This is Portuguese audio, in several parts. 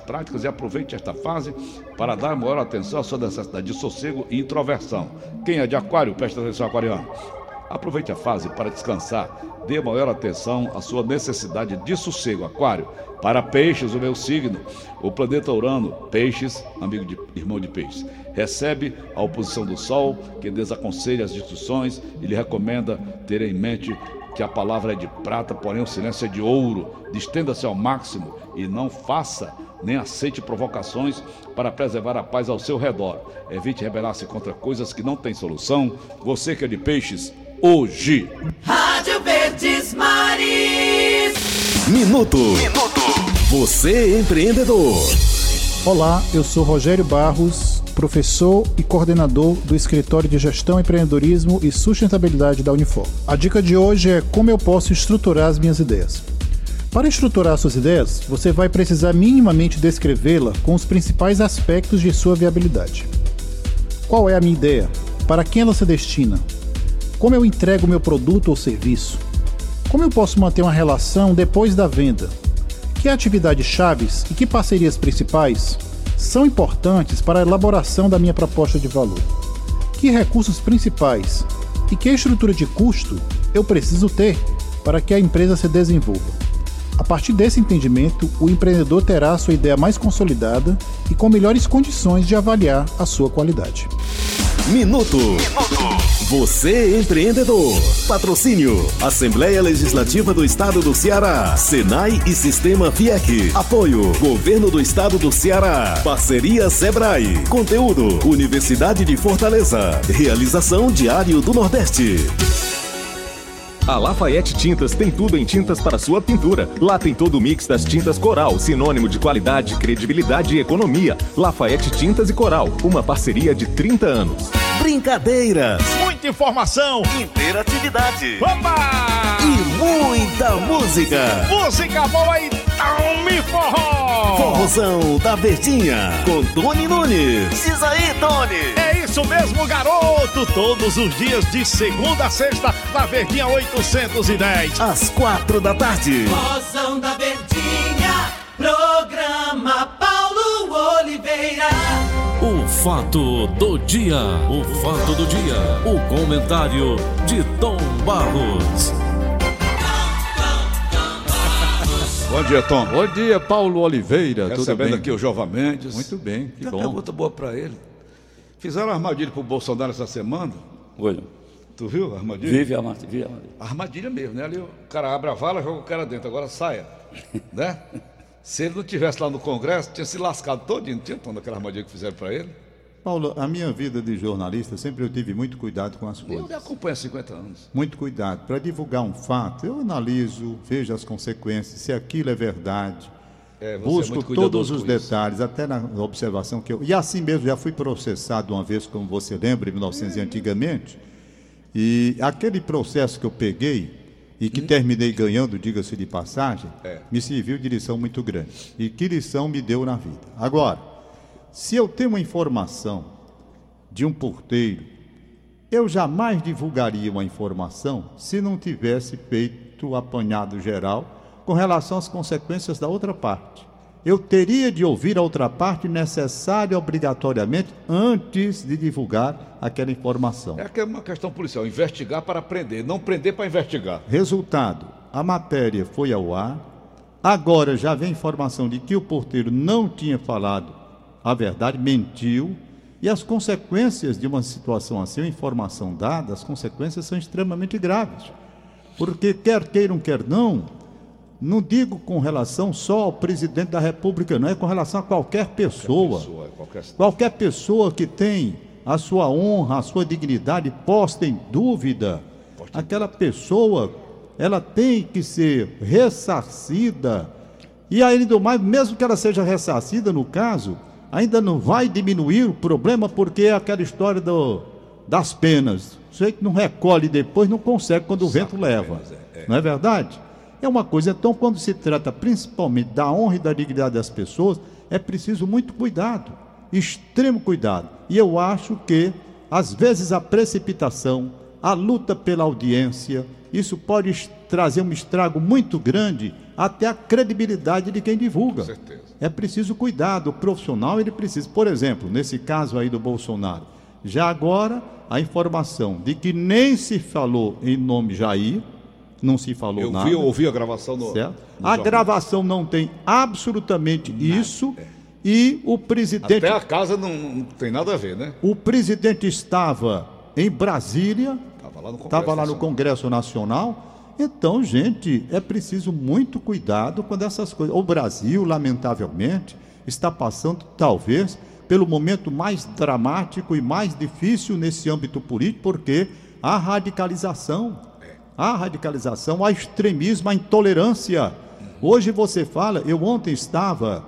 práticas e aproveite esta fase para dar maior atenção à sua necessidade de sossego e introversão. Quem é de Aquário, preste atenção, aquariano. Aproveite a fase para descansar, dê maior atenção à sua necessidade de sossego, Aquário. Para Peixes, o meu signo, o planeta Urano, Peixes, irmão de Peixes, recebe a oposição do Sol, que desaconselha as discussões e lhe recomenda ter em mente que a palavra é de prata, porém o silêncio é de ouro. Distenda-se ao máximo e não faça nem aceite provocações para preservar a paz ao seu redor. Evite rebelar-se contra coisas que não têm solução. Você que é de Peixes, hoje. Rádio Verdes Maris. Minuto. Você empreendedor. Olá, eu sou Rogério Barros, professor e coordenador do Escritório de Gestão, Empreendedorismo e Sustentabilidade da Unifor. A dica de hoje é como eu posso estruturar as minhas ideias. Para estruturar suas ideias, você vai precisar minimamente descrevê-la com os principais aspectos de sua viabilidade. Qual é a minha ideia? Para quem ela se destina? Como eu entrego meu produto ou serviço? Como eu posso manter uma relação depois da venda? Que atividades chaves e que parcerias principais são importantes para a elaboração da minha proposta de valor? Que recursos principais e que estrutura de custo eu preciso ter para que a empresa se desenvolva? A partir desse entendimento, o empreendedor terá a sua ideia mais consolidada e com melhores condições de avaliar a sua qualidade. Minuto. Você empreendedor. Patrocínio: Assembleia Legislativa do Estado do Ceará, Senai e Sistema FIEC. Apoio: Governo do Estado do Ceará. Parceria Sebrae. Conteúdo: Universidade de Fortaleza. Realização Diário do Nordeste. A Lafayette Tintas tem tudo em tintas para sua pintura. Lá tem todo o mix das tintas Coral, sinônimo de qualidade, credibilidade e economia. Lafayette Tintas e Coral, uma parceria de 30 anos. Brincadeiras, muita informação, interatividade, opa! E muita música. Música boa e tome forró! Forrozão da Verdinha, com Tony Nunes. Diz aí, Tony! É isso mesmo, garoto! Todos os dias de segunda a sexta, na Verdinha 810. Às 4 da tarde. Forrozão da Verdinha, programa Paulo Oliveira. O fato do dia. O fato do dia. O comentário de Tom Barros. Bom dia, Tom. Bom dia, Paulo Oliveira. Recebendo Tudo bem? aqui o Jova Mendes. Muito bem, que Tem bom. uma pergunta boa pra ele. Fizeram armadilha pro Bolsonaro essa semana. Olha, Tu viu a armadilha? vive a armadilha. Armadilha mesmo, né? Ali o cara abre a vala, joga o cara dentro. Agora saia, né? Se ele não tivesse lá no Congresso, tinha se lascado todinho. Não tinha toda aquela armadilha que fizeram para ele. Paulo, a minha vida de jornalista, sempre eu tive muito cuidado com as coisas. Eu me acompanho há 50 anos. Muito cuidado. Para divulgar um fato, eu analiso, vejo as consequências, se aquilo é verdade. Você é Busco muito todos cuidadoso os com isso. detalhes, até na observação que eu... E assim mesmo, já fui processado uma vez, como você lembra, em 1900 antigamente. E aquele processo que eu peguei e que terminei ganhando, diga-se de passagem, me serviu de lição muito grande. E que lição me deu na vida. Agora, se eu tenho uma informação de um porteiro, eu jamais divulgaria uma informação se não tivesse feito o apanhado geral com relação às consequências da outra parte. Eu teria de ouvir a outra parte necessária, obrigatoriamente, antes de divulgar aquela informação. É que é uma questão policial, investigar para prender, não prender para investigar. Resultado, a matéria foi ao ar, agora já vem informação de que o porteiro não tinha falado a verdade, mentiu, e as consequências de uma situação assim, uma informação dada, as consequências são extremamente graves. Porque quer queiram, quer não digo com relação só ao presidente da República, não é com relação a qualquer pessoa. Qualquer pessoa que tem a sua honra, a sua dignidade posta em dúvida, aquela pessoa, ela tem que ser ressarcida. E ainda mais, mesmo que ela seja ressarcida no caso, ainda não vai diminuir o problema, porque é aquela história das penas. O sujeito não recolhe depois, não consegue quando o vento leva. Não é verdade? É uma coisa, então, quando se trata principalmente da honra e da dignidade das pessoas, é preciso muito cuidado, extremo cuidado. E eu acho que, às vezes, a precipitação, a luta pela audiência, isso pode trazer um estrago muito grande até a credibilidade de quem divulga. Com certeza. É preciso cuidado, o profissional ele precisa. Por exemplo, nesse caso aí do Bolsonaro, já agora a informação de que nem se falou em nome Jair, não se falou nada. Eu ouvi a gravação no A gravação não tem absolutamente isso. E o presidente... Até a casa não tem nada a ver, né? O presidente estava em Brasília, estava lá no Congresso Nacional. Então, gente, é preciso muito cuidado quando essas coisas... O Brasil, lamentavelmente, está passando, talvez, pelo momento mais dramático e mais difícil nesse âmbito político, porque há radicalização, há extremismo, há intolerância. Hoje você fala... Eu ontem estava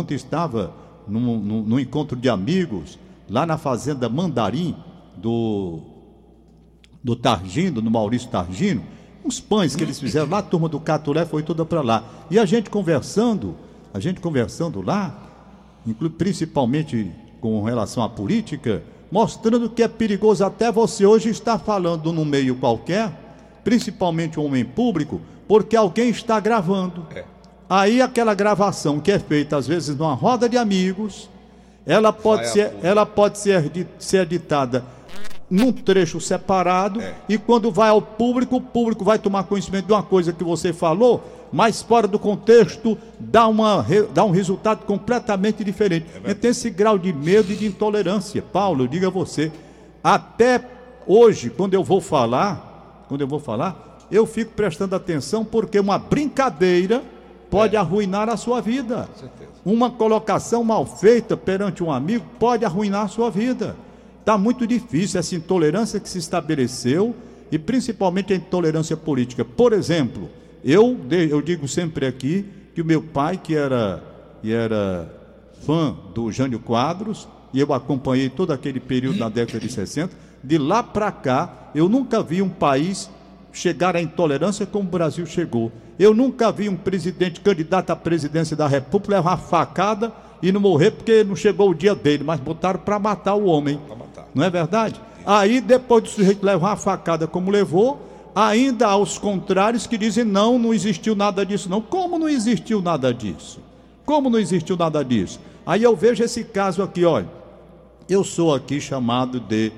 num encontro de amigos lá na fazenda Mandarim do Targino, do Maurício Targino, uns pães que eles fizeram lá, a turma do Catulé foi toda para lá, e a gente conversando lá, principalmente com relação à política, mostrando que é perigoso até você hoje estar falando num meio qualquer, principalmente um homem público, porque alguém está gravando. Aí aquela gravação que é feita às vezes numa roda de amigos, ela pode ser editada num trecho separado, e quando vai ao público, o público vai tomar conhecimento de uma coisa que você falou, mas fora do contexto dá um resultado completamente diferente. Então esse grau de medo e de intolerância, Paulo, eu digo a você, até hoje, quando eu vou falar, eu fico prestando atenção, porque uma brincadeira pode arruinar a sua vida. Uma colocação mal feita perante um amigo pode arruinar a sua vida. Está muito difícil essa intolerância que se estabeleceu, e principalmente a intolerância política. Por exemplo, eu digo sempre aqui que o meu pai, que era fã do Jânio Quadros, e eu acompanhei todo aquele período na década de 60, de lá para cá, eu nunca vi um país chegar à intolerância como o Brasil chegou. Eu nunca vi um presidente candidato à presidência da República levar uma facada e não morrer porque não chegou o dia dele, mas botaram para matar o homem. Não é verdade? Aí, depois do sujeito levar uma facada como levou, ainda há os contrários que dizem não existiu nada disso. Não, como não existiu nada disso? Como não existiu nada disso? Aí eu vejo esse caso aqui, olha, eu sou aqui chamado de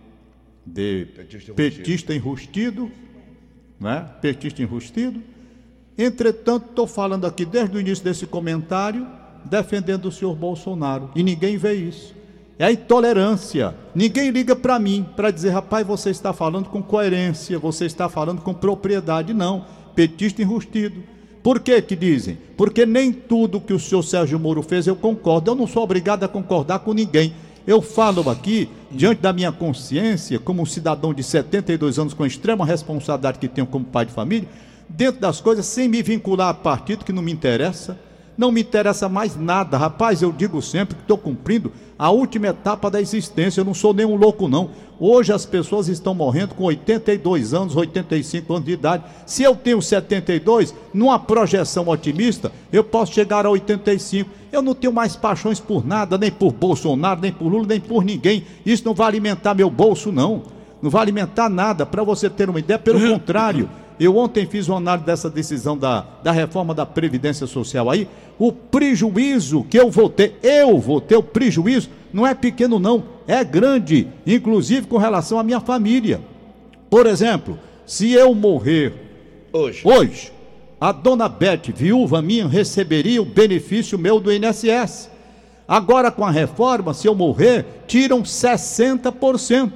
petista enrustido, né? Petista enrustido. Entretanto, estou falando aqui desde o início desse comentário, defendendo o senhor Bolsonaro, e ninguém vê isso. É a intolerância. Ninguém liga para mim para dizer, rapaz, você está falando com coerência, você está falando com propriedade. Não, petista enrustido. Por que dizem? Porque nem tudo que o senhor Sérgio Moro fez eu concordo. Eu não sou obrigado a concordar com ninguém. Eu falo aqui, diante da minha consciência, como um cidadão de 72 anos, com a extrema responsabilidade que tenho como pai de família, dentro das coisas, sem me vincular a partido que não me interessa. Não me interessa mais nada, rapaz, eu digo sempre que estou cumprindo a última etapa da existência, eu não sou nenhum louco não. Hoje as pessoas estão morrendo com 82 anos, 85 anos de idade. Se eu tenho 72, numa projeção otimista, eu posso chegar a 85. Eu não tenho mais paixões por nada, nem por Bolsonaro, nem por Lula, nem por ninguém. Isso não vai alimentar meu bolso não, não vai alimentar nada, para você ter uma ideia, pelo contrário. Eu ontem fiz uma análise dessa decisão da reforma da Previdência Social aí. O prejuízo que eu vou ter, o prejuízo não é pequeno não, é grande, inclusive com relação à minha família. Por exemplo, se eu morrer hoje, a dona Beth, viúva minha, receberia o benefício meu do INSS. Agora com a reforma, se eu morrer, tiram 60%.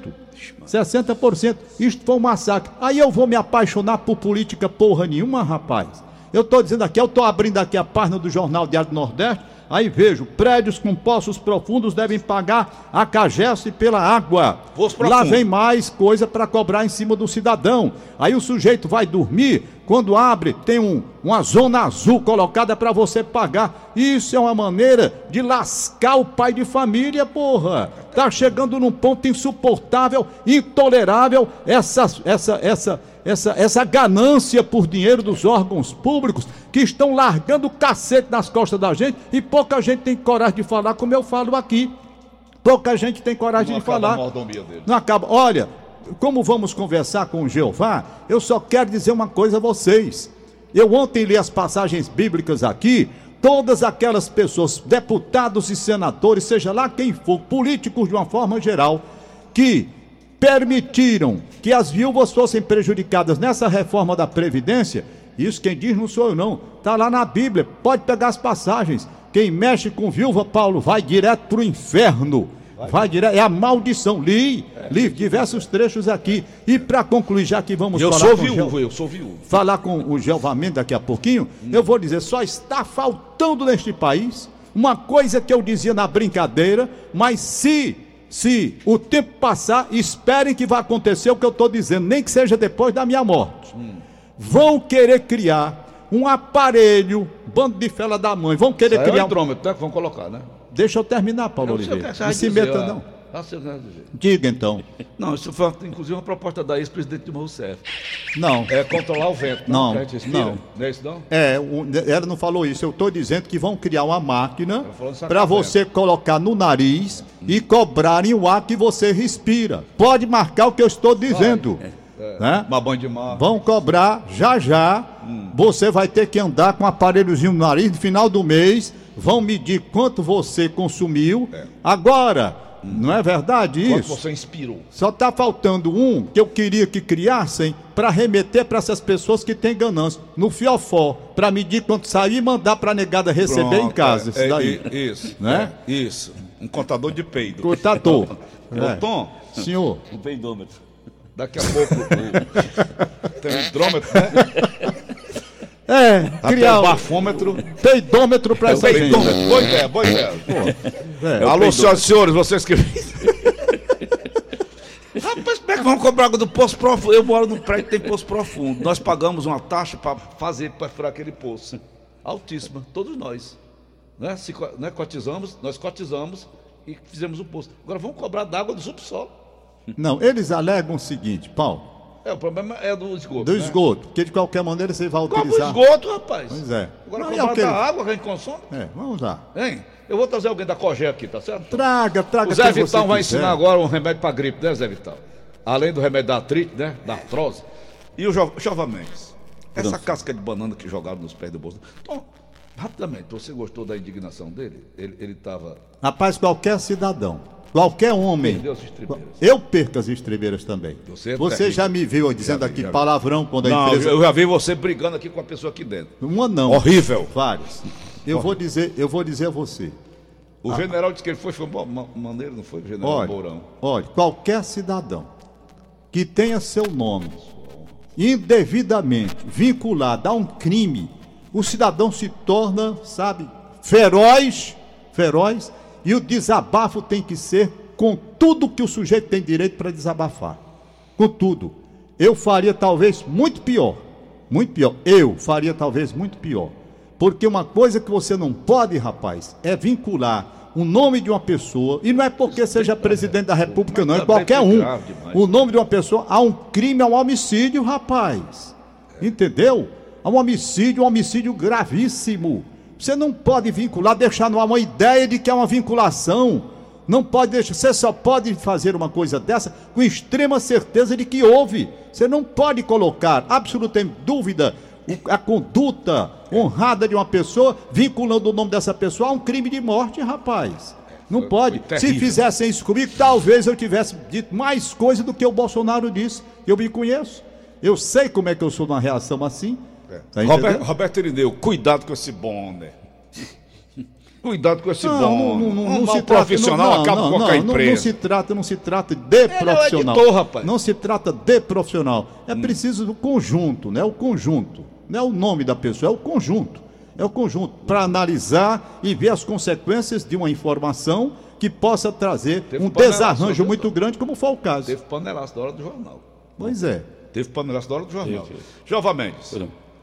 60%, isto foi um massacre. Aí eu vou me apaixonar por política porra nenhuma, rapaz. Eu estou dizendo aqui, eu estou abrindo aqui a página do Jornal Diário do Nordeste, aí vejo, prédios com poços profundos devem pagar a CAGES pela água. Lá vem mais coisa para cobrar em cima do cidadão. Aí o sujeito vai dormir, quando abre, tem uma zona azul colocada para você pagar. Isso é uma maneira de lascar o pai de família, porra. Tá chegando num ponto insuportável, intolerável, essa ganância por dinheiro dos órgãos públicos que estão largando o cacete nas costas da gente, e pouca gente tem coragem de falar como eu falo aqui. Pouca gente tem coragem de falar. Não acaba. Olha, como vamos conversar com o Jeová, eu só quero dizer uma coisa a vocês. Eu ontem li as passagens bíblicas aqui, todas aquelas pessoas, deputados e senadores, seja lá quem for, políticos de uma forma geral, que permitiram que as viúvas fossem prejudicadas nessa reforma da Previdência, isso quem diz não sou eu não, está lá na Bíblia, pode pegar as passagens. Quem mexe com viúva, Paulo, vai direto para o inferno. Vai direto, é a maldição. Li diversos trechos aqui. E para concluir, já que vamos falar eu sou viúvo. Falar com o Jeová Mendes daqui a pouquinho, eu vou dizer, só está faltando neste país uma coisa que eu dizia na brincadeira, mas se o tempo passar, esperem que vai acontecer o que eu estou dizendo, nem que seja depois da minha morte. Vão querer criar um aparelho, bando de fela da mãe, vão querer criar... É o hidrômetro, né, que vão colocar, né? Deixa eu terminar, Paulo Oliveira. Não se meta, não. Diga, então. Não, isso foi inclusive uma proposta da ex-presidente Dilma Rousseff. Não. É controlar o vento. Não, não. Não é isso, não? Ela não falou isso. Eu estou dizendo que vão criar uma máquina para você colocar no nariz e cobrarem o ar que você respira. Pode marcar o que eu estou dizendo. Né? Uma banho de mar. Vão cobrar já. Você vai ter que andar com um aparelhozinho no nariz no final do mês. Vão medir quanto você consumiu. Agora, não é verdade isso? Quanto você inspirou. Só está faltando um que eu queria que criassem para remeter para essas pessoas que têm ganância no fiofó, para medir quanto sair e mandar para a negada receber em casa. Isso daí. Isso. Né? Isso. Um contador de peido. Contador. Tom. Senhor. Um peidômetro. Daqui a pouco tem um hidrômetro, né? Criar o bafômetro. Peidômetro para essa gente. Boa ideia. Alô, senhoras e senhores, vocês que... Rapaz, como é que vamos cobrar água do poço profundo? Eu moro num prédio que tem poço profundo. Nós pagamos uma taxa para furar aquele poço. Altíssima, todos nós. Né? Nós cotizamos e fizemos o poço. Agora vamos cobrar da água do subsolo. Não, eles alegam o seguinte, Paulo. O problema é do esgoto. Do esgoto, porque de qualquer maneira você vai utilizar. Como o esgoto, rapaz. Pois é. Agora cobrar da água que a gente consome. Vamos lá. Hein? Eu vou trazer alguém da Cogé aqui, tá certo? Traga. O Zé Vital vai ensinar agora um remédio pra gripe, né, Zé Vital? Além do remédio da artrite, né? Da artrose. E o Jeová Mendes. Essa casca de banana que jogaram nos pés do bolso. Então, rapidamente, você gostou da indignação dele? Ele estava... Rapaz, qualquer cidadão, qualquer homem... Perdeu as estribeiras. Eu perco as estribeiras também. Você já me viu dizendo aqui palavrão quando a empresa... Eu já vi você brigando aqui com a pessoa aqui dentro. Uma não. Horrível. Várias. Eu vou dizer a você. O general disse que ele foi maneiro, não foi o general Mourão? Olha, qualquer cidadão que tenha seu nome indevidamente vinculado a um crime, o cidadão se torna, feroz, e o desabafo tem que ser com tudo que o sujeito tem direito para desabafar. Com tudo. Eu faria talvez muito pior. Eu faria talvez muito pior. Porque uma coisa que você não pode, rapaz, é vincular o nome de uma pessoa, e não é porque seja presidente da República, não, é qualquer um. O nome de uma pessoa a um crime, a um homicídio, rapaz. Entendeu? A um homicídio gravíssimo. Você não pode vincular, deixar no ar uma ideia de que é uma vinculação. Não pode deixar, você só pode fazer uma coisa dessa com extrema certeza de que houve. Você não pode colocar absolutamente dúvida a conduta honrada de uma pessoa, vinculando o nome dessa pessoa a um crime de morte, rapaz. Não pode. Se fizessem isso comigo, talvez eu tivesse dito mais coisa do que o Bolsonaro disse. Eu me conheço. Eu sei como é que eu sou numa reação assim. Tá Roberto Irineu, cuidado com esse bonde. Cuidado com esse bonde. Não se trata, profissional acaba com qualquer empresa. Não se trata de profissional. É editor, rapaz. Não se trata de profissional. É preciso do conjunto, né? O conjunto. Não é o nome da pessoa, é o conjunto. É o conjunto para analisar e ver as consequências de uma informação que possa trazer um desarranjo muito grande, como foi o caso. Teve panelaço da hora do jornal. Pois é. Teve panelaço da hora do jornal. Jeová Mendes.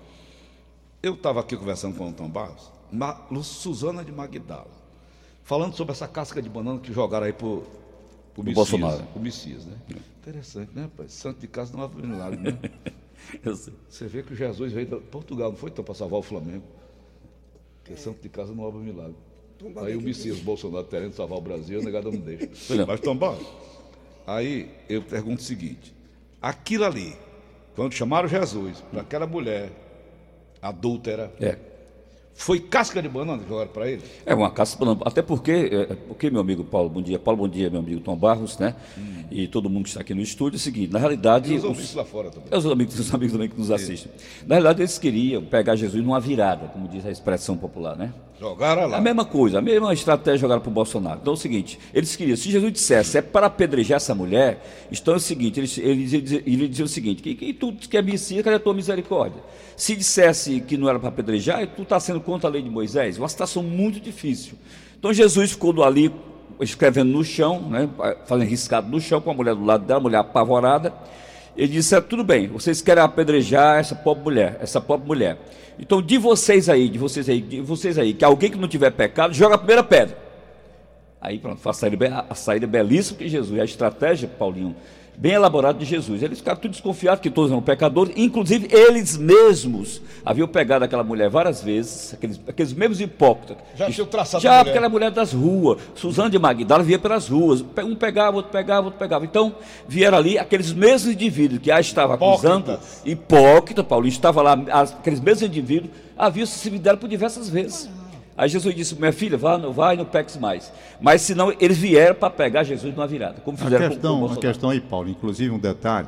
Eu estava aqui conversando com o Tom Barros, Suzana de Magdala, falando sobre essa casca de banana que jogaram aí pro Bolsonaro. O Messias, né? Interessante, né, rapaz? Santo de casa não abre milagre, né? Eu sei. Você vê que o Jesus veio de Portugal, não foi então para salvar o Flamengo? Porque santo de casa não abre milagre. Aí o Messias Bolsonaro querendo salvar o Brasil, a negada não deixa. Mas Tom Barros, Aí eu pergunto o seguinte: aquilo ali, quando chamaram Jesus para aquela mulher adúltera, foi casca de banana que jogaram para ele? É uma casca de banana, até porque, meu amigo Paulo, bom dia, meu amigo Tom Barros, né? E todo mundo que está aqui no estúdio, é o seguinte, na realidade... E os amigos lá fora também. Os amigos também que nos assistem. Na realidade, eles queriam pegar Jesus numa virada, como diz a expressão popular, né? Jogaram lá. A mesma coisa, a mesma estratégia jogaram para o Bolsonaro. Então é o seguinte, eles queriam, se Jesus dissesse, é para apedrejar essa mulher, então é o seguinte, ele dizia o seguinte, que tu que é Messias, cadê a tua misericórdia? Se dissesse que não era para apedrejar, tu está sendo contra a lei de Moisés, uma situação muito difícil. Então Jesus ficou ali, escrevendo no chão, né, fazendo riscado no chão, com a mulher do lado dela, a mulher apavorada. Ele disse, tudo bem, vocês querem apedrejar essa pobre mulher. Então de vocês aí, que alguém que não tiver pecado, joga a primeira pedra. Aí pronto, a saída belíssima de Jesus, a estratégia, Paulinho, bem elaborada de Jesus. Eles ficaram tudo desconfiados que todos eram pecadores, inclusive eles mesmos haviam pegado aquela mulher várias vezes, aqueles mesmos hipócritas. Já tinham traçado já aquela mulher das ruas, Suzana de Magdala via pelas ruas, um pegava, outro pegava. Então vieram ali aqueles mesmos indivíduos que a estavam acusando, hipócrita, Paulinho, estava lá, aqueles mesmos indivíduos haviam se endividado por diversas vezes. Aí Jesus disse, minha filha, vai, não peques mais. Mas senão eles vieram para pegar Jesus numa virada, como fizeram com o Bolsonaro. A questão aí, Paulo, inclusive um detalhe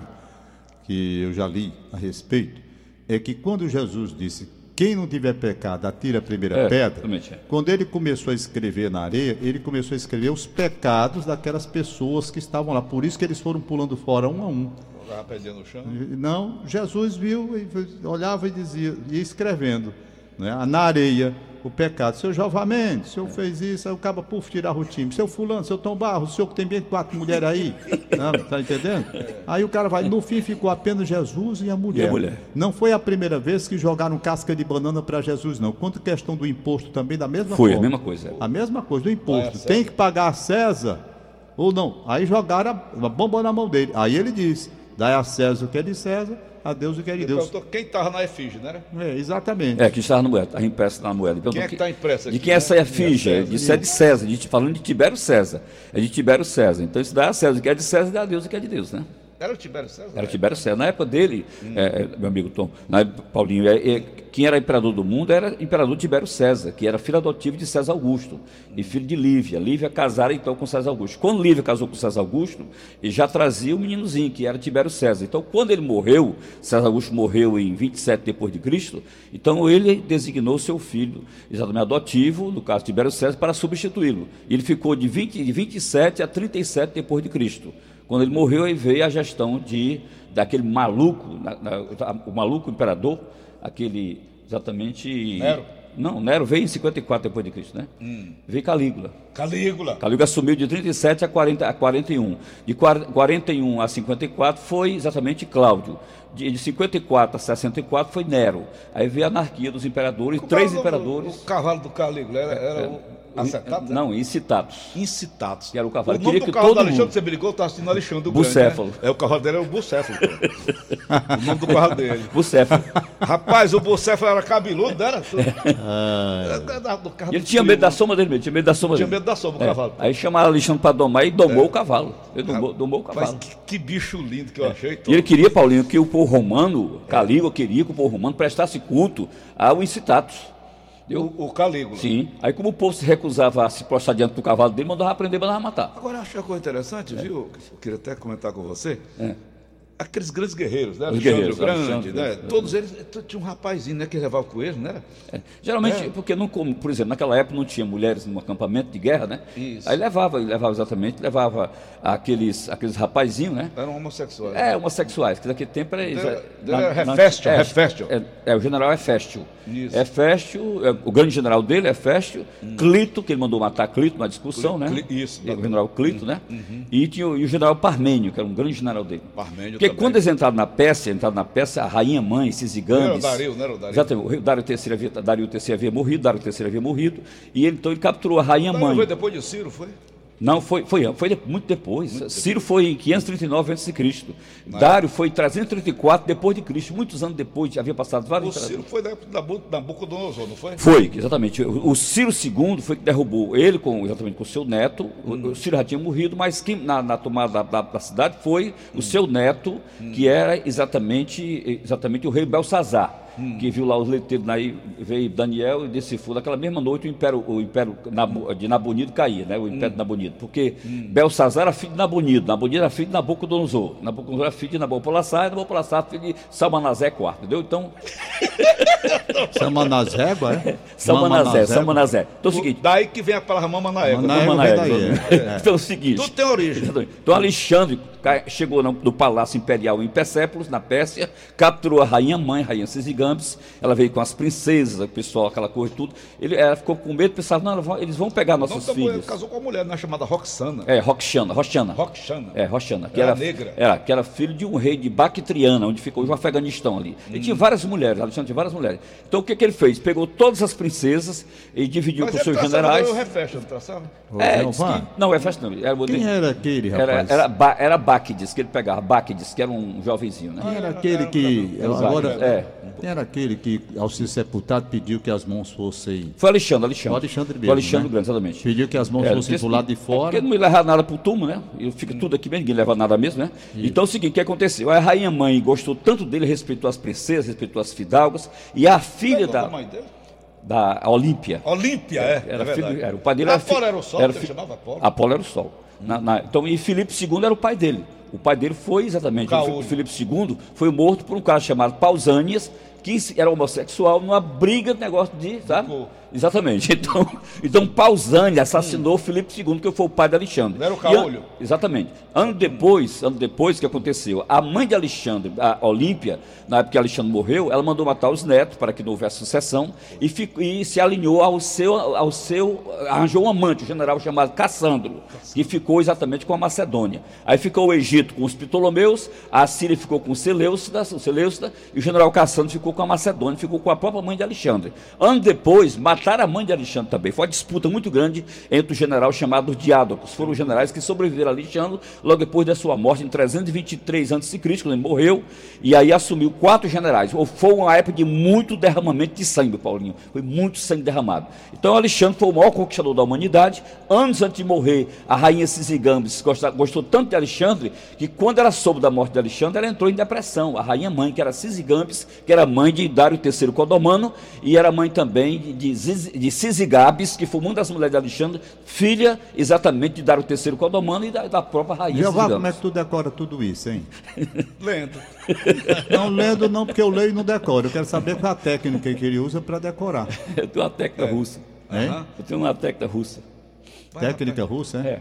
que eu já li a respeito, é que quando Jesus disse, quem não tiver pecado, atira a primeira pedra, quando ele começou a escrever na areia, ele começou a escrever os pecados daquelas pessoas que estavam lá. Por isso que eles foram pulando fora um a um. Jogava pedrinha no chão? Não, Jesus viu, olhava e dizia, ia escrevendo, né, na areia, o pecado. Seu Jovem Mendes, o senhor fez isso, aí o cabo, tirar o time. Seu fulano, seu Tom Barros, o senhor que tem bem 4 mulheres aí. Não, tá entendendo? Aí o cara vai, no fim ficou apenas Jesus e a mulher. Não foi a primeira vez que jogaram casca de banana para Jesus, não. Quanto à questão do imposto também, da mesma forma. Foi a mesma coisa. A mesma coisa, do imposto. Tem que pagar a César ou não. Aí jogaram a bomba na mão dele. Aí ele diz, dai a César o que é de César, a Deus o que é de Deus. Quem estava na efígie, né? Exatamente. Que estava na moeda, estava impressa na moeda. Quem é que está impressa aqui? De quem é essa efígie? Ele disse, é de César, falando de Tibério César. É de Tibério César. Então isso dá a César o que é de César e dá a Deus o que é de Deus, né? Era o Tibério César? Era o Tibério César. Na época dele, meu amigo Tom, Paulinho, quem era imperador do mundo era o imperador Tibério César, que era filho adotivo de César Augusto e filho de Lívia. Lívia casara então com César Augusto. Quando Lívia casou com César Augusto, ele já trazia o meninozinho, que era Tibério César. Então, quando ele morreu, César Augusto morreu em 27 depois de Cristo, então ele designou seu filho, exatamente adotivo, no caso Tibério César, para substituí-lo. Ele ficou de 27 a 37 depois de Cristo. Quando ele morreu, aí veio a gestão daquele maluco, o maluco imperador, aquele exatamente... Nero? Não, Nero veio em 54 depois de Cristo, né? Veio Calígula. Calígula assumiu de 37 a 41. De 41 a 54 foi exatamente Cláudio. De 54 a 64 foi Nero. Aí veio a anarquia dos imperadores, três imperadores. O cavalo do Calígula era o Acetatus? Não, Incitatus. Incitatus. Que era o cavalo. O nome do cavalo do Alexandre que você brigou, estava assistindo Alexandre do Bucéfalo. Grande, né? O cavalo dele era o Bucéfalo. O nome do cavalo dele. Bucéfalo. Rapaz, o Bucéfalo era cabeludo, não era? Ele tinha medo da soma dele mesmo, tinha medo da soma do cavalo. Aí chamaram Alexandre para domar e domou o cavalo. Ele domou o cavalo. Mas que bicho lindo que eu achei. E ele queria, Paulinho, que o povo romano, Calígula queria que o povo romano prestasse culto ao Incitatus. O Calígula. Sim. Aí como o povo se recusava a se prostrar diante do cavalo dele, mandava prender, mandava matar. Agora, eu achei uma coisa interessante, viu? Eu queria até comentar com você. Aqueles grandes guerreiros, né? Alexandre Grande, né? Todos eles tinha um rapazinho, né? Que levava o coelho, né? Geralmente, porque não, como, por exemplo, naquela época não tinha mulheres no acampamento de guerra, né? Isso. Aí levava aqueles rapazinhos, né? Eram homossexuais. Homossexuais, que naquele tempo era Heféstio. O general Heféstio. Isso. Heféstio, o grande general dele, Heféstio, Clito, que ele mandou matar Clito numa discussão, né? Isso. O general Clito, né? E tinha o general Parmênio, que era um grande general dele. Parmênio. Porque quando eles entraram na Pérsia, a rainha mãe, Sisigandes... Não era o Dario. Exatamente, Dario III havia morrido, e ele capturou a rainha mãe. Foi depois de Ciro, foi? Não, foi muito depois. Ciro foi em 539 a.C. Dário foi em 334 depois de Cristo, muitos anos depois, havia passado vários anos. O Ciro foi da época da Nabucodonosor, não foi? Foi, exatamente. O Ciro II foi que derrubou ele, exatamente com o seu neto. O Ciro já tinha morrido, mas quem na tomada da cidade foi o seu neto, que era exatamente o rei Belsazar. Que viu lá os leteiros, aí veio Daniel e decifrou. Naquela mesma noite o império de Nabonido caía, né? O império de Nabonido. Porque Belsazar era filho de Nabonido, Nabonido era filho de Nabucodonosor, Nabucodonosor era filho de Nabopolassar, e Nabopolassar filho de Salmanazé IV, entendeu? Então... Salmanazé, é? Salmanazé. Então é o seguinte... Daí que vem a palavra Mama na égua. Então é o seguinte... Tudo tem origem. Então Alexandre chegou no Palácio Imperial em Persépolis, na Pérsia, capturou a rainha mãe, a rainha Cisigambes, ela veio com as princesas, o pessoal, aquela coisa e tudo. Ela ficou com medo, pensava, não, eles vão pegar nossos filhos. Ele casou com uma mulher, né, chamada Roxana. Roxana. Roxana. Que era negra. Que era filho de um rei de Bactriana, onde ficou o Afeganistão ali. Ele tinha várias mulheres, Alexandre tinha várias mulheres. Então o que ele fez? Pegou todas as princesas e dividiu com seus generais. Mas ele traçava o traçava? Não, o Hefesto não. Quem era aquele, rapaz? Era Báquides, que ele pegava. Báquides, que era um jovenzinho, né? Quem era aquele que... Quem era aquele que, ao ser sepultado, pediu que as mãos fossem... Foi Alexandre mesmo. Foi Alexandre Grande, exatamente. Pediu que as mãos fossem pro lado de fora. Porque não ia levar nada pro túmulo, né? E fica tudo aqui mesmo, ninguém leva nada mesmo, né? Isso. Então é o seguinte, o que aconteceu? A rainha mãe gostou tanto dele, respeitou as princesas, respeitou as fidalgas, e a filha da Olímpia. Olímpia, era filho, o pai dele Apolo era o sol, ele chamava Apolo. Apolo era o sol. Então, e Filipe II era o pai dele. O pai dele foi exatamente, o Filipe II foi morto por um cara chamado Pausanias, que era homossexual, numa briga de negócio de, sabe? Exatamente. Então Pausânia assassinou Filipe II, que foi o pai de Alexandre. Não era o Caolho? Exatamente. Ano depois, o que aconteceu? A mãe de Alexandre, a Olímpia, na época que Alexandre morreu, ela mandou matar os netos para que não houvesse sucessão e se alinhou arranjou um amante, um general chamado Cassandro, que ficou exatamente com a Macedônia. Aí ficou o Egito com os Ptolomeus, a Síria ficou com o Seleucida, e o general Cassandro ficou com a Macedônia, ficou com a própria mãe de Alexandre. Ano depois, mataram a mãe de Alexandre também. Foi uma disputa muito grande entre o general chamado Diádocos. Foram os generais que sobreviveram a Alexandre logo depois da sua morte, em 323 a.C., quando ele morreu, e aí assumiu 4 generais. Foi uma época de muito derramamento de sangue, Paulinho. Foi muito sangue derramado. Então Alexandre foi o maior conquistador da humanidade. Anos antes de morrer, a rainha Cisigambes gostou tanto de Alexandre, que quando ela soube da morte de Alexandre, ela entrou em depressão. A rainha mãe, que era Cisigambes, que era mãe de Dário III Codomano, e era mãe também de Cisigabes, que foi uma das mulheres de Alexandre, filha exatamente de Dário III Codomano e da própria rainha Jeová, como é que tu decora tudo isso, hein? Lendo. Não, lendo não, porque eu leio e não decoro. Eu quero saber qual é a técnica que ele usa para decorar. Eu tenho uma técnica russa. Eu tenho uma técnica russa. Técnica russa, é?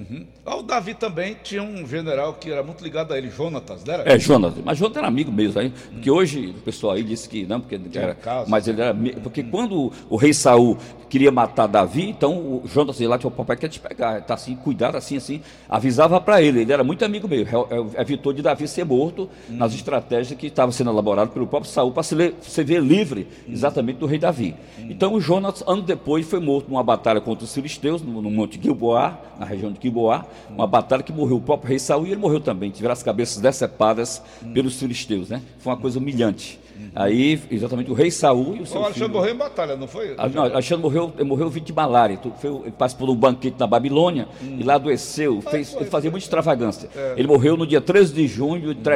O Davi também tinha um general que era muito ligado a ele, Jonatas, não era? Jonatas, mas Jonatas era amigo mesmo, aí, porque hoje o pessoal aí disse que não, porque era, mas ele era, porque quando o rei Saul queria matar Davi, então o Jonatas ia lá, o papai quer te pegar, tá assim, cuidado assim, avisava para ele era muito amigo mesmo, evitou de Davi ser morto nas estratégias que estavam sendo elaboradas pelo próprio Saul para se ver livre exatamente do rei Davi. Então o Jonatas, anos depois, foi morto numa batalha contra os filisteus, no Monte Gilboá, na região de Gilboá, uma batalha que morreu o próprio rei Saul e ele morreu também, tiveram as cabeças decepadas pelos filisteus, né? Foi uma coisa humilhante. Aí, exatamente, o rei Saul e o seu filho... O Alexandre morreu em batalha, não foi? Não, Alexandre morreu vítima de malária. Ele participou de um banquete na Babilônia e lá adoeceu, ele fazia muita extravagância. Ele morreu no dia 13 de junho de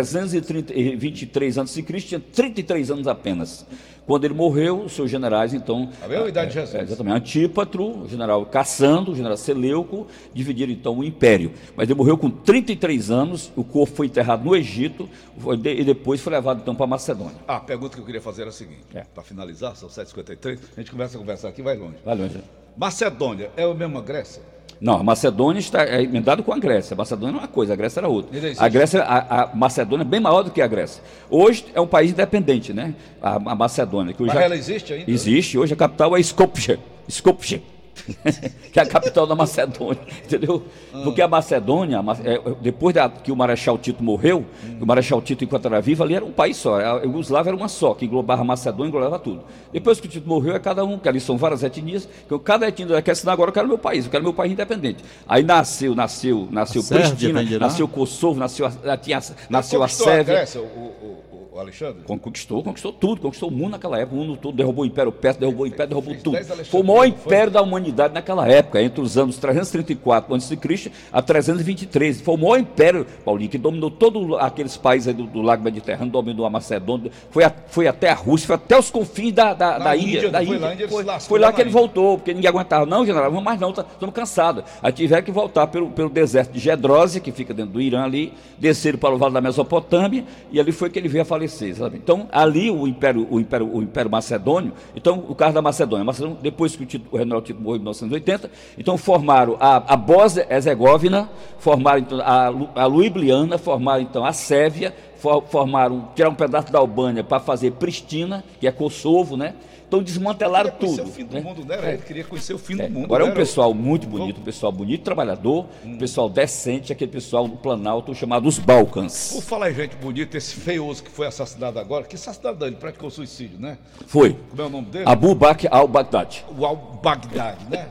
323 a.C., tinha 33 anos apenas. Quando ele morreu, os seus generais, então... A mesma idade de Jesus. Exatamente. Antípatro, o general Cassandro, o general Seleuco, dividiram então o império. Mas ele morreu com 33 anos, o corpo foi enterrado no Egito e depois foi levado então para a Macedônia. A pergunta que eu queria fazer era a seguinte, para finalizar, são 7h53, a gente começa a conversar aqui, vai longe. Macedônia é a mesma Grécia? Não, a Macedônia está emendada com a Grécia. A Macedônia é uma coisa, a Grécia era outra. A Macedônia é bem maior do que a Grécia. Hoje é um país independente, né? A Macedônia. Mas ela existe ainda? Existe. Hoje a capital é Skopje. que é a capital da Macedônia, entendeu? Porque a Macedônia, depois que o Marechal Tito morreu, o Marechal Tito, enquanto era vivo, ali era um país só, a Iugoslávia era uma só, que englobava a Macedônia, englobava tudo. Depois que o Tito morreu, é cada um, que ali são várias etnias, que cada etnia quer assinar agora, eu quero meu país independente. Aí nasceu Pristina, nasceu Kosovo, nasceu a Sérvia. O Alexandre? Conquistou tudo, conquistou o mundo naquela época, o mundo todo, derrubou o Império Persa, derrubou tudo. Foi o maior império da humanidade naquela época, entre os anos 334 a.C. a 323. Foi o maior império, Paulinho, que dominou todos aqueles países do Lago Mediterrâneo, dominou a Macedônia, foi até a Rússia, foi até os confins da Índia. Foi lá que ele voltou, porque ninguém aguentava. Não, general, vamos mais não, estamos cansados. Aí tiveram que voltar pelo deserto de Gedrósia, que fica dentro do Irã ali, desceram para o Vale da Mesopotâmia, e ali foi que ele veio a falecer. Sabe? Então, ali o Império Macedônio, então o caso da Macedônia, depois que o general Tito morreu em 1980, então formaram a Bósnia-Herzegovina, formaram então a Luibliana, formaram então a Sérvia, tiraram um pedaço da Albânia para fazer Pristina, que é Kosovo, né? Então desmantelaram tudo. O fim do mundo, né? Ele queria conhecer o fim do mundo. Agora é um pessoal muito bonito, um pessoal bonito, trabalhador, um pessoal decente, aquele pessoal do Planalto chamado os Balcãs. Por falar em gente bonita, esse feioso que foi assassinado agora, que assassinado ele praticou suicídio, né? Foi. Como é o nome dele? Abu Bakr al-Baghdadi. O al-Baghdadi, né?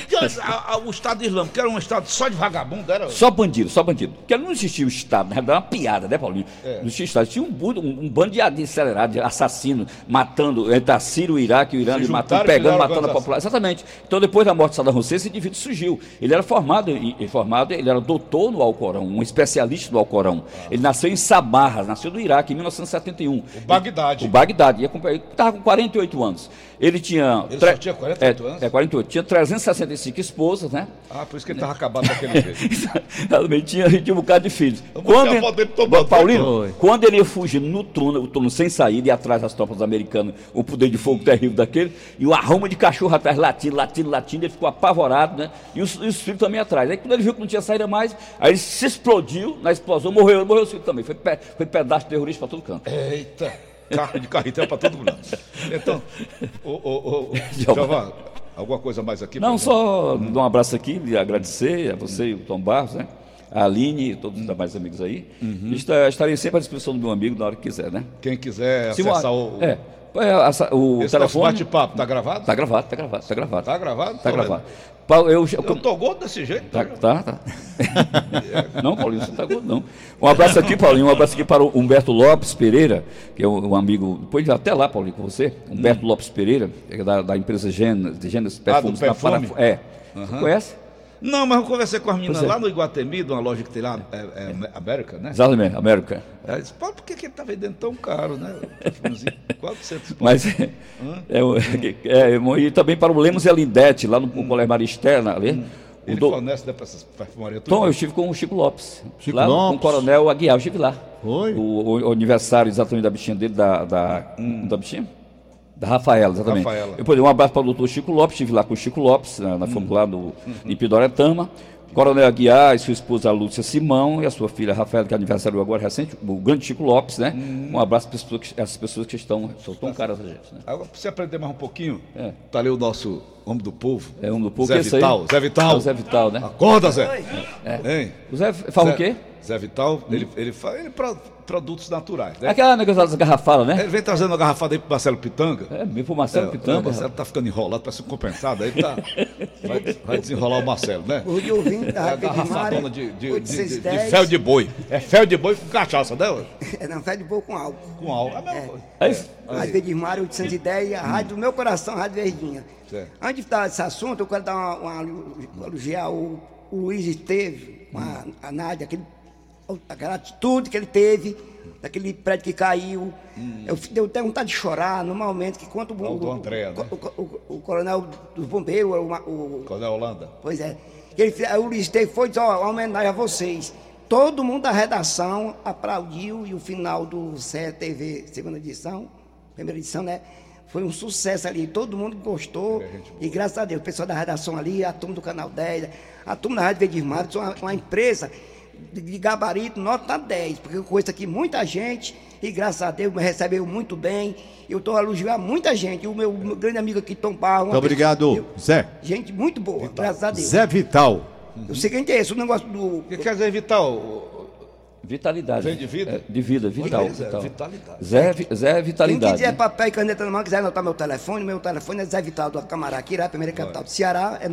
O Estado Islâmico, que era um Estado só de vagabundo, era? Só bandido. Porque não existia o Estado, na realidade, é uma piada, né, Paulinho? Não existia o Estado, tinha um bando de acelerado, de assassinos, matando, entre a Síria e o Iraque, o Irã, matando a população. Exatamente. Então, depois da morte de Saddam Hussein, esse indivíduo surgiu. Ele era ele era doutor no Alcorão, um especialista no Alcorão. Ele nasceu em Samarra, nasceu do Iraque, em 1971. O Bagdadi. O Bagdadi. Ele estava com 48 anos. Ele tinha... Ele só tinha 48 anos? 48. Tinha 365 esposas, né? Ah, por isso que ele estava acabado daquele jeito. tinha um bocado de filhos. Paulinho, quando ele ia fugir no túnel sem saída e atrás das tropas americanas, um poder de fogo terrível daquele, e uma arruma de cachorro atrás, latindo, ele ficou apavorado, né? E os filhos também atrás. Aí quando ele viu que não tinha saída mais, aí ele se explodiu, na explosão morreu os filhos também. Foi pedaço de terrorista para todo canto. Eita! Carro de carretel para todo mundo. Então, Giovanni, alguma coisa mais aqui? Não, só dar um abraço aqui, agradecer a você e o Tom Barros, né? A Aline e todos os demais amigos aí. Estarei sempre à disposição do meu amigo na hora que quiser, né? Quem quiser acessar o esse telefone. Bate-papo tá gravado? Tá gravado. Tá gravado? Tá gravado. Eu tô gordo desse jeito. Tá. Não, Paulinho, você não tá gordo, não. Um abraço aqui, Paulinho, para o Humberto Lopes Pereira, que é um amigo, depois até lá, Paulinho, com você. Humberto Lopes Pereira, que é da empresa Gênesis Perfumes. Do perfume? Você conhece? Não, mas eu conversei com as meninas lá no Iguatemi, de uma loja que tem lá, América, né? Exatamente, América. Aí disse, por que ele tá vendendo tão caro, né? 400. Mas, e também para o Lemos e a Lindete, lá no Colégio Maristela, ali. Ele fornece dessas perfumarias tudo? Então, eu estive com o Chico Lopes. Com o Coronel Aguiar, eu estive lá. Foi? O aniversário exatamente da bichinha dele, da bichinha? Da Rafaela, exatamente. Depois, um abraço para o doutor Chico Lopes, estive lá com o Chico Lopes, nós fomos lá em Pidoretama. Coronel Aguiar e sua esposa Lúcia Simão e a sua filha Rafaela, que aniversariou agora recente, o grande Chico Lopes, né? Um abraço para essas pessoas que são tão caras a gente, né? Agora, para você aprender mais um pouquinho, tá ali o nosso homem do povo. É, homem do povo. Zé Vital. Zé Vital. O Zé Vital, né? Acorda, Zé. O Zé fala o quê? Zé Vital, ele faz produtos naturais, né? Aquela negócio das garrafadas, né? Ele vem trazendo uma garrafada aí pro Marcelo Pitanga. Mesmo pro Marcelo Pitanga. O Marcelo tá ficando enrolado, parece compensado, aí vai desenrolar o Marcelo, né? Hoje eu vim da garrafadona de fel de boi. É fel de boi com cachaça, né? Não, fel de boi com álcool. Com álcool, é a mesma coisa. Rádio Verdismar 810 e a rádio do meu coração, a Rádio Verdinha. Antes de falar desse assunto, eu quero dar elogiar o Luiz Esteve, a Nádia, aquela atitude que ele teve, daquele prédio que caiu. Eu tenho vontade de chorar normalmente, que quanto o coronel dos bombeiros, o Coronel Holanda. Pois é. O Luiz Esteve foi dizer, uma homenagem a vocês. Todo mundo da redação aplaudiu e o final do CETV, primeira edição, né? Foi um sucesso ali, todo mundo gostou e graças a Deus, o pessoal da redação ali, a turma do Canal 10, a turma da Rádio Verdismar, uma empresa de gabarito, nota 10, porque eu conheço aqui muita gente e graças a Deus me recebeu muito bem. Eu estou elogiando muita gente. O meu grande amigo aqui, Tom Barro. Muito obrigado, Zé. Gente muito boa, Vital. graças a Deus. Zé Vital. Eu sei quem é esse, o negócio do... O que quer dizer Vital? Vitalidade. Vem de vida? É, de vida, vital. Olha aí, Zé, vital. vitalidade. Zé Vitalidade. Quem quiser papel e caneta na mão, quiser anotar meu telefone é Zé Vital do Camaraquirá, primeira capital do Ceará, é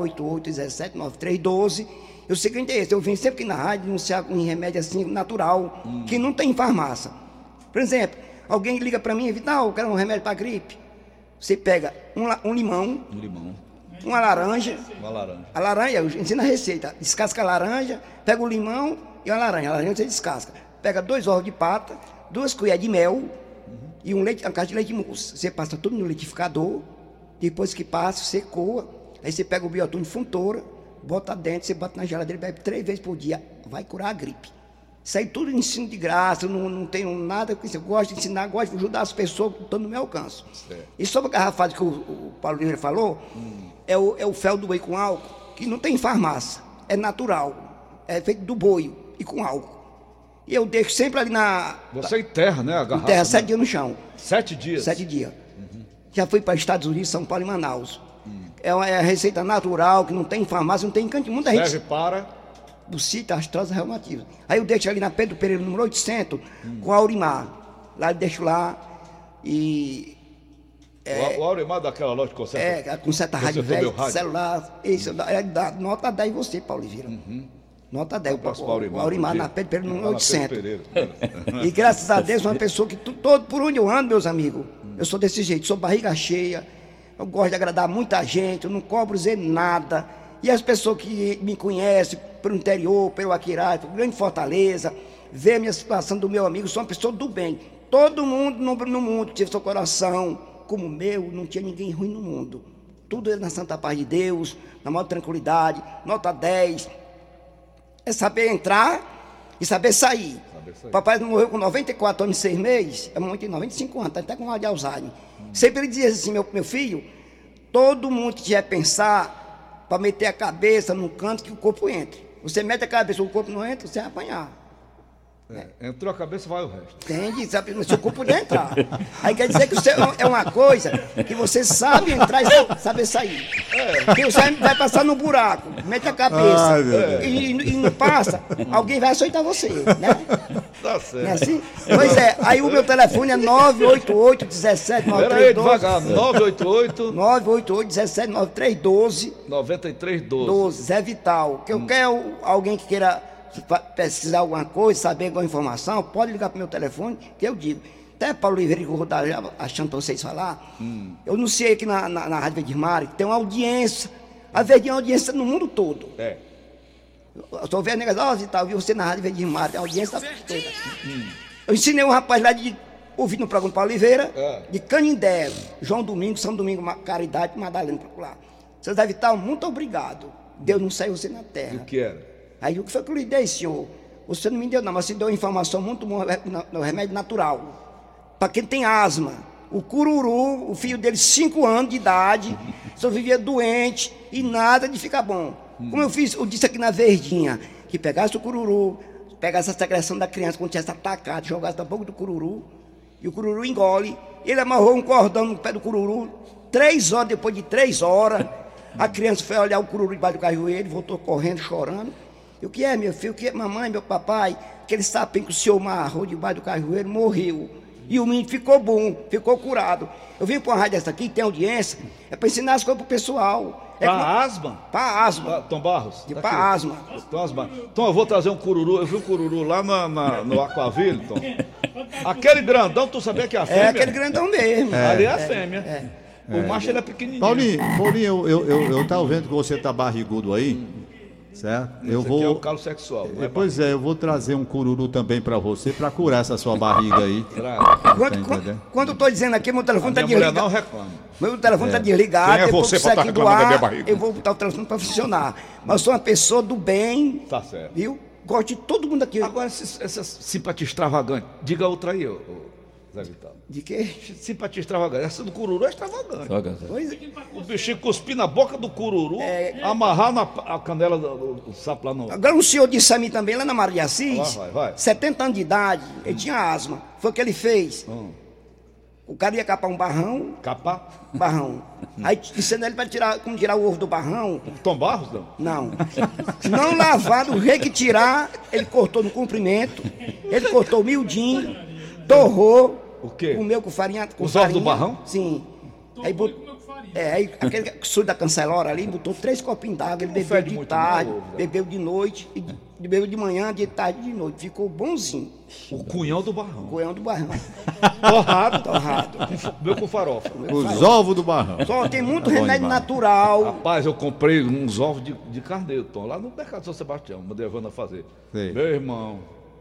988-17-9312. O seguinte é esse, eu venho sempre aqui na rádio anunciar um remédio assim, natural, que não tem em farmácia. Por exemplo, alguém liga para mim, Vital, eu quero um remédio para gripe. Você pega um limão, uma laranja. A laranja, eu ensino a receita. Descasca a laranja, pega o limão e a laranja você descasca. Pega 2 ovos de pata, 2 colheres de mel e uma caixa de leite mousse. Você passa tudo no liquidificador, depois que passa, você coa, aí você pega o biotônico de Fontoura, bota dentro, você bota na geladeira, bebe 3 vezes por dia, vai curar a gripe. Isso aí tudo ensino de graça, não tenho nada com isso. Eu gosto de ensinar, gosto de ajudar as pessoas que estão no meu alcance. Certo. E sobre a garrafada que o Paulo Oliveira falou, é o fel do boi com álcool, que não tem em farmácia, é natural, é feito do boi e com álcool. E eu deixo sempre ali na... Você enterra, né, a garrafa? Enterra 7 dias no chão. 7 dias? 7 dias. Já fui para Estados Unidos, São Paulo e Manaus. É uma receita natural, que não tem em farmácia, não tem em canto. Muita gente... Serve para... bucite, artrose reumativa. Aí eu deixo ali na Pedro Pereira, número 800, com a Aurimar. Lá eu deixo lá e... o Aurimar daquela loja que conserta... conserta rádio velho, celular, isso, dá nota 10 você, Paulo Oliveira. Nota 10, o Aurimar na Pedro Pereira, número 800. E graças a Deus, uma pessoa que por onde eu ando, meus amigos, eu sou desse jeito, sou barriga cheia, eu gosto de agradar muita gente, eu não cobro dizer nada. E as pessoas que me conhecem pelo interior, pelo Aquirá, pelo grande Fortaleza, vê a minha situação do meu amigo, sou uma pessoa do bem. Todo mundo no mundo tinha seu coração como o meu, não tinha ninguém ruim no mundo. Tudo é na santa paz de Deus, na maior tranquilidade, nota 10. É saber entrar e saber sair. Papai morreu com 94 anos e 6 meses, a mamãe tem 95 anos, está até com uma de Alzheimer. Sempre ele dizia assim, meu filho, todo mundo que tiver pensar para meter a cabeça num canto que o corpo entre. Você mete a cabeça, o corpo não entra, você vai apanhar. Entrou a cabeça, vai o resto. Entende? Se o corpo puder entrar. Aí quer dizer que você é uma coisa que você sabe entrar e saber sair. Que você vai passar no buraco, mete a cabeça e não passa, alguém vai açoitar você, né? Tá certo. Não é assim? Pois é, aí o meu telefone é 988-17-9312. Peraí, devagar, 988-17-9312. 9312. Zé Vital. Que eu quero alguém que queira pesquisar alguma coisa, saber alguma informação, pode ligar para o meu telefone, que eu digo. Até Paulo Oliveira, que eu vou estar achando para vocês falar, eu anunciei aqui na Rádio Verde Mar, que tem uma audiência. A Verdinha é uma audiência no mundo todo. Eu estou vendo negócio, Vital, vi você na Rádio Verde Mar, tem uma audiência toda. Eu ensinei um rapaz lá ouvindo no programa Paulo Oliveira, de Canindé, João Domingo, São Domingo, Caridade, Madalena, lá. Seu Zé Vital, muito obrigado. Deus não saiu você na terra. O que era? Aí o que foi que eu lhe dei, senhor? Você não me deu não, mas você deu uma informação muito boa no remédio natural. Para quem tem asma, o cururu, o filho dele, 5 anos de idade, só vivia doente e nada de ficar bom. Como eu disse aqui na Verdinha, que pegasse o cururu, pegasse a secreção da criança quando tivesse atacado, jogasse na boca do cururu, e o cururu engole. Ele amarrou um cordão no pé do cururu, 3 horas, depois de 3 horas, a criança foi olhar o cururu debaixo do cajueiro, voltou correndo, chorando. E o que é, meu filho? O que é, mamãe, meu papai? Aquele sapinho que o senhor amarrou debaixo do cajueiro morreu. E o menino ficou bom, ficou curado. Eu vim para uma rádio dessa aqui, que tem audiência, é para ensinar as coisas pro pessoal. Para asma? Para asma. Tom Barros? Para asma. Tom, eu vou trazer um cururu. Eu vi um cururu lá no Aquaville, Tom. Aquele grandão, tu sabia que é a fêmea? É aquele grandão mesmo. Ali é a fêmea. O macho ele é pequenininho. Paulinho, eu tava vendo que você tá barrigudo aí. Certo? Eu vou. Aqui é o calo sexual. Pois eu vou trazer um cururu também pra você, pra curar essa sua barriga aí. Quando eu tô dizendo aqui, meu telefone tá desligado. Não reclama. Meu telefone tá desligado. Quem é você pra estar reclamando da minha barriga? Eu vou botar o telefone pra funcionar. Mas eu sou uma pessoa do bem. Tá certo. Viu? Gosto de todo mundo aqui. Agora, essa simpatia extravagante. Diga outra aí, Zé Vital? De quê? Simpatia extravagante. Essa do cururu é extravagante. Pois é. O bichinho cuspir na boca do cururu, amarrar a canela do sapo lá no... Agora um senhor disse a mim também, lá na Maria de Assis, Vai. 70 anos de idade, ele tinha asma. Foi o que ele fez. O cara ia capar um barrão. Capar? Barrão. Aí ensinou ele para como tirar o ovo do barrão. Tom Barros, não? Não. Não lavar, do jeito que tirar, ele cortou no comprimento, ele cortou miudinho, torrou. O quê? Comeu com farinha. Com os farinha, ovos do barrão? Sim. Aí botou. Aí aquele sujo da cancelora ali, botou 3 copinhos d'água, ele bebeu de tarde, bebeu de noite, bebeu de manhã, de tarde e de noite. Ficou bonzinho. O cunhão do barrão. O cunhão do barrão. Torrado. Meu com farofa. Os ovos do barrão. Só tem muito remédio natural. Rapaz, eu comprei uns ovos de carneiro, Tom, lá no mercado de São Sebastião. Mandei a Wanda fazer. Sei. Meu irmão,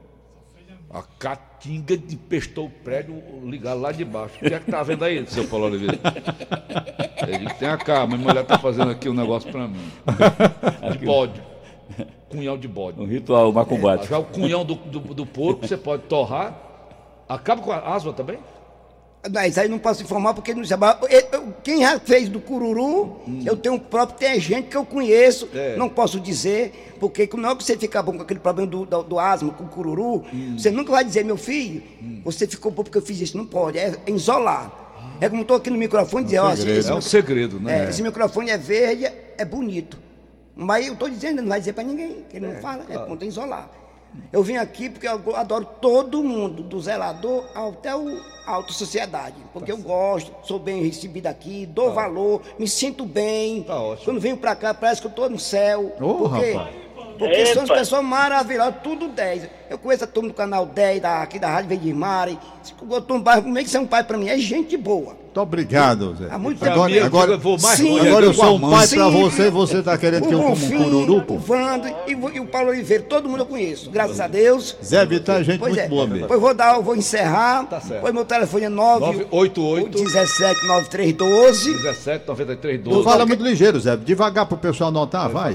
a caatinga de pestou o prédio ligado lá de baixo. O que é que tá vendo aí, seu Paulo Oliveira? Ele tem calma, minha mulher tá fazendo aqui um negócio pra mim. De bode. Cunhão de bode. Um ritual macumbate. Já o cunhão do porco, você pode torrar. Acaba com a asma também? Mas aí não posso informar porque não sabe. Quem já fez do cururu, eu tenho próprio, tem gente que eu conheço, não posso dizer, porque na hora que você ficar bom com aquele problema do asma, com o cururu, você nunca vai dizer, meu filho, você ficou bom porque eu fiz isso. Não pode, é isolar. É como estou aqui no microfone dizer, é um segredo, né? Esse microfone é verde, é bonito. Mas eu estou dizendo, não vai dizer para ninguém, que ele não fala, é ponto isolar. Eu vim aqui porque eu adoro todo mundo, do zelador até o alta sociedade, porque eu gosto, sou bem recebido aqui, dou valor, me sinto bem. Tá ótimo. Quando venho pra cá, parece que eu tô no céu. Rapaz. Porque são as pessoas maravilhosas, tudo 10. Eu conheço a turma do canal 10, aqui da Rádio Verde Mari. Como é que você é um pai pra mim? É gente boa. Muito obrigado, Zé. Há muito Agora, tempo. agora, eu vou mais sim, longe. agora eu sou um pai Sim. pra você, você tá querendo que eu como um cururu, pô? O Vando e o Paulo Oliveira, todo mundo eu conheço, graças a Deus. Zé Vital é gente Pois muito boa mesmo. Pois eu vou encerrar. Tá certo. Pois meu telefone é 988 17 9312. 17 93 Não 12. fala muito ligeiro, Zé. Devagar pro pessoal anotar, vai.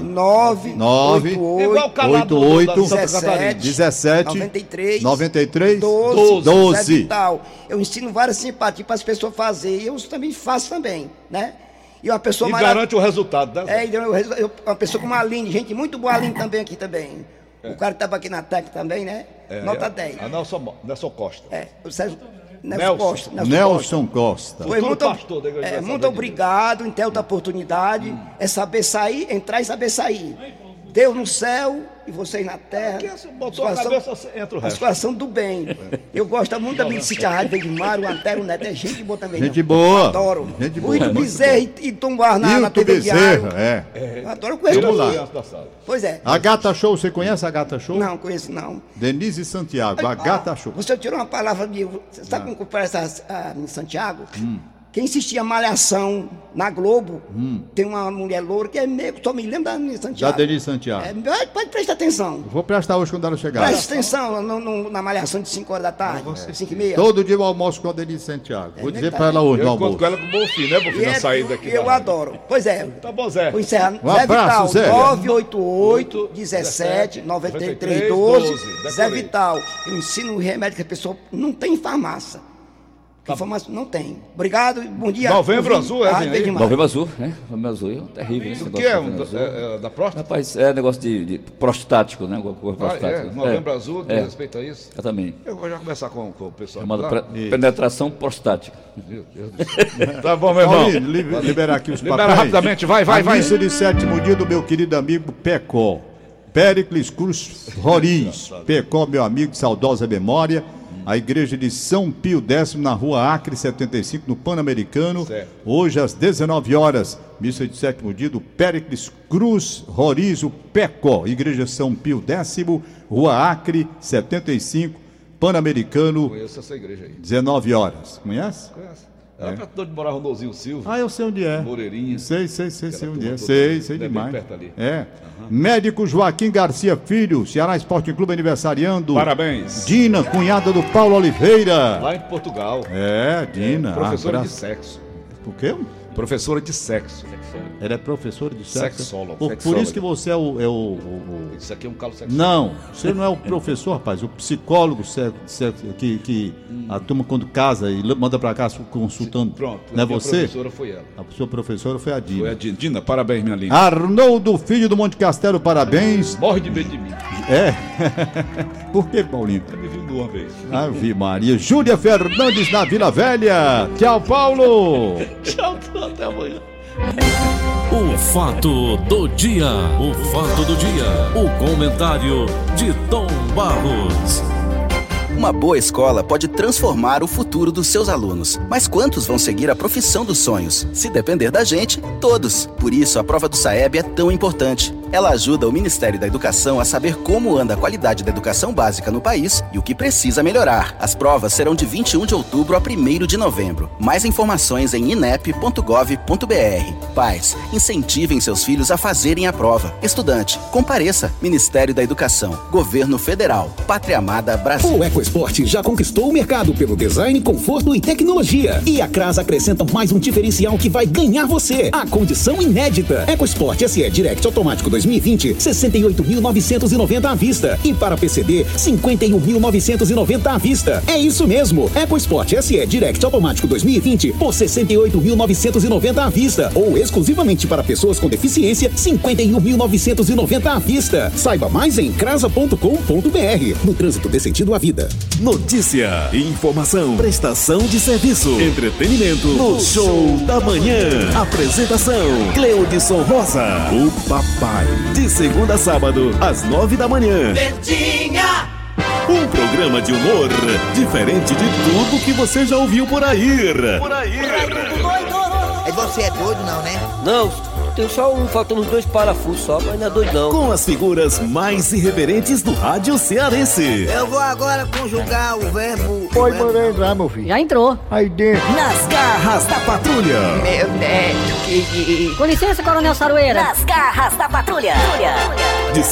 988 988 17 17 93 12. Zé 12. Vital. Eu ensino várias simpatias para as pessoas fazerem. Eu também faço também, né? E uma pessoa E garante o resultado, né? Uma pessoa como a Aline, gente muito boa, a Aline também aqui também. O cara que estava aqui na técnica também, né? Nota 10. A Nelson Costa. O Sérgio Nelson. Costa. Nelson Costa. Foi muito, pastor da Igreja da muito Saúde. obrigado em ter outra oportunidade. É saber sair, entrar e saber sair. Deus no céu e vocês na terra. Botou a cabeça, entra o As resto. coisas são do bem. Eu gosto muito também de assistir a Rádio Verde Mário, o Antero Neto, é gente boa também. Gente não. boa. Adoro. Gente boa. Muito Muito Bezerra e Tom Bar na Hilton TV Diário. Bezerra, é. Eu adoro conhecer Vamos lá. Pois é. A Gata Show, você conhece a Gata Show? Não, conheço não. Denise Santiago, a Gata Show. Você tirou uma palavra minha. Você sabe como parece em Santiago? Quem assistia Malhação na Globo, tem uma mulher loura que é meio, só me lembro da Denise Santiago. Da Denise Santiago. Pode prestar atenção. Vou prestar hoje quando ela chegar. Presta atenção na Malhação de 5 horas da tarde, 5h30. Todo dia eu almoço com a Denise Santiago. Vou dizer pra ela hoje no Eu encontro almoço. com ela com o Bonfim, né, Bonfim, na saída aqui. Eu adoro. Pois é. Tá bom, Zé. Vou encerrar. Um abraço, Zé. 988 17 93 12. Zé Vital. Eu ensino um remédio que a pessoa não tem em farmácia. Farmácia não tem. Obrigado, bom dia. Novembro Azul, é, vem aí? Novembro Azul, né? Novembro Azul é terrível esse O negócio. que é? do Novembro Azul. Da próstata? Rapaz, é negócio de prostático, né? Prostático. Novembro Azul, que respeita isso. Eu também. Eu vou já começar com o pessoal. Chamada penetração prostática. Meu Deus do céu. Tá bom, meu irmão. Paulinho, liberar aqui os Libera papéis. rapidamente, vai. A missa de 7º dia do meu querido amigo Pecó. Péricles Cruz Roriz. Pecó, meu amigo de saudosa memória. A igreja de São Pio X, na rua Acre 75, no Pan-Americano. Certo. Hoje às 19 horas, missa de 7º dia do Péricles Cruz Roriz, o Pecó. Igreja São Pio X, rua Acre 75, Pan-Americano, Conheço essa igreja aí. 19 horas. Conhece? Conhece? Era perto de morar Ronalzinho Silva. Ah, eu sei onde é. Moreirinha. Sei Aquela onde é. turma Sei toda, bem demais. perto ali. É. Médico Joaquim Garcia Filho, Ceará Esporte Clube aniversariando. Parabéns. Dina, cunhada do Paulo Oliveira. Lá em Portugal. É, Dina. Professora de abraço. sexo. Por quê? Professora de sexo. Ela é professora de sexo? Sexóloga. Por isso que você é o... Isso aqui é um calo sexual. Não, você não é o professor, rapaz. O psicólogo que a turma quando casa e manda pra cá consultando. Pronto. Não é você? A professora foi ela. A sua professora foi a Dina. Foi a Dina. Dina, parabéns, minha linda. Arnoldo Filho do Monte Castelo, parabéns. Morre de medo de mim. É. Por que, Paulinho? Eu me vi de uma vez. Ave Maria. Júlia Fernandes na Vila Velha. Tchau, Paulo. Tchau, até amanhã. O fato do dia. O fato do dia. O comentário de Tom Barros. Uma boa escola pode transformar o futuro dos seus alunos. Mas quantos vão seguir a profissão dos sonhos? Se depender da gente, todos. Por isso, a prova do SAEB é tão importante. Ela ajuda o Ministério da Educação a saber como anda a qualidade da educação básica no país e o que precisa melhorar. As provas serão de 21 de outubro a 1º de novembro. Mais informações em inep.gov.br. Pais, incentivem seus filhos a fazerem a prova. Estudante, compareça. Ministério da Educação. Governo Federal. Pátria Amada Brasil. O EcoSport já conquistou o mercado pelo design, conforto e tecnologia. E a Crasa acrescenta mais um diferencial que vai ganhar você. A condição inédita. EcoSport SE Direct Automático 2020, 68.990 à vista. E para PCD, 51.990 à vista. É isso mesmo. EcoSport SE Direct Automático 2020 por 68.990 à vista. Ou exclusivamente para pessoas com deficiência, 51.990 à vista. Saiba mais em crasa.com.br. No trânsito dê sentido à vida. Notícia, informação, prestação de serviço, entretenimento no Show da Manhã. Apresentação, Cleudson Rosa, o papai. De segunda a sábado, às 9 da manhã. Verdinha! Um programa de humor diferente de tudo que você já ouviu por aí. Você é doido não, né? Não, tem só faltando 2 parafusos só, mas não é doido não. Com as figuras mais irreverentes do rádio cearense. Eu vou agora conjugar o verbo... Pode mandar entrar, meu filho. Já entrou. Aí dentro. Nas garras da patrulha. Meu neto, que... Com licença, Coronel Sarueira. Nas garras da patrulha.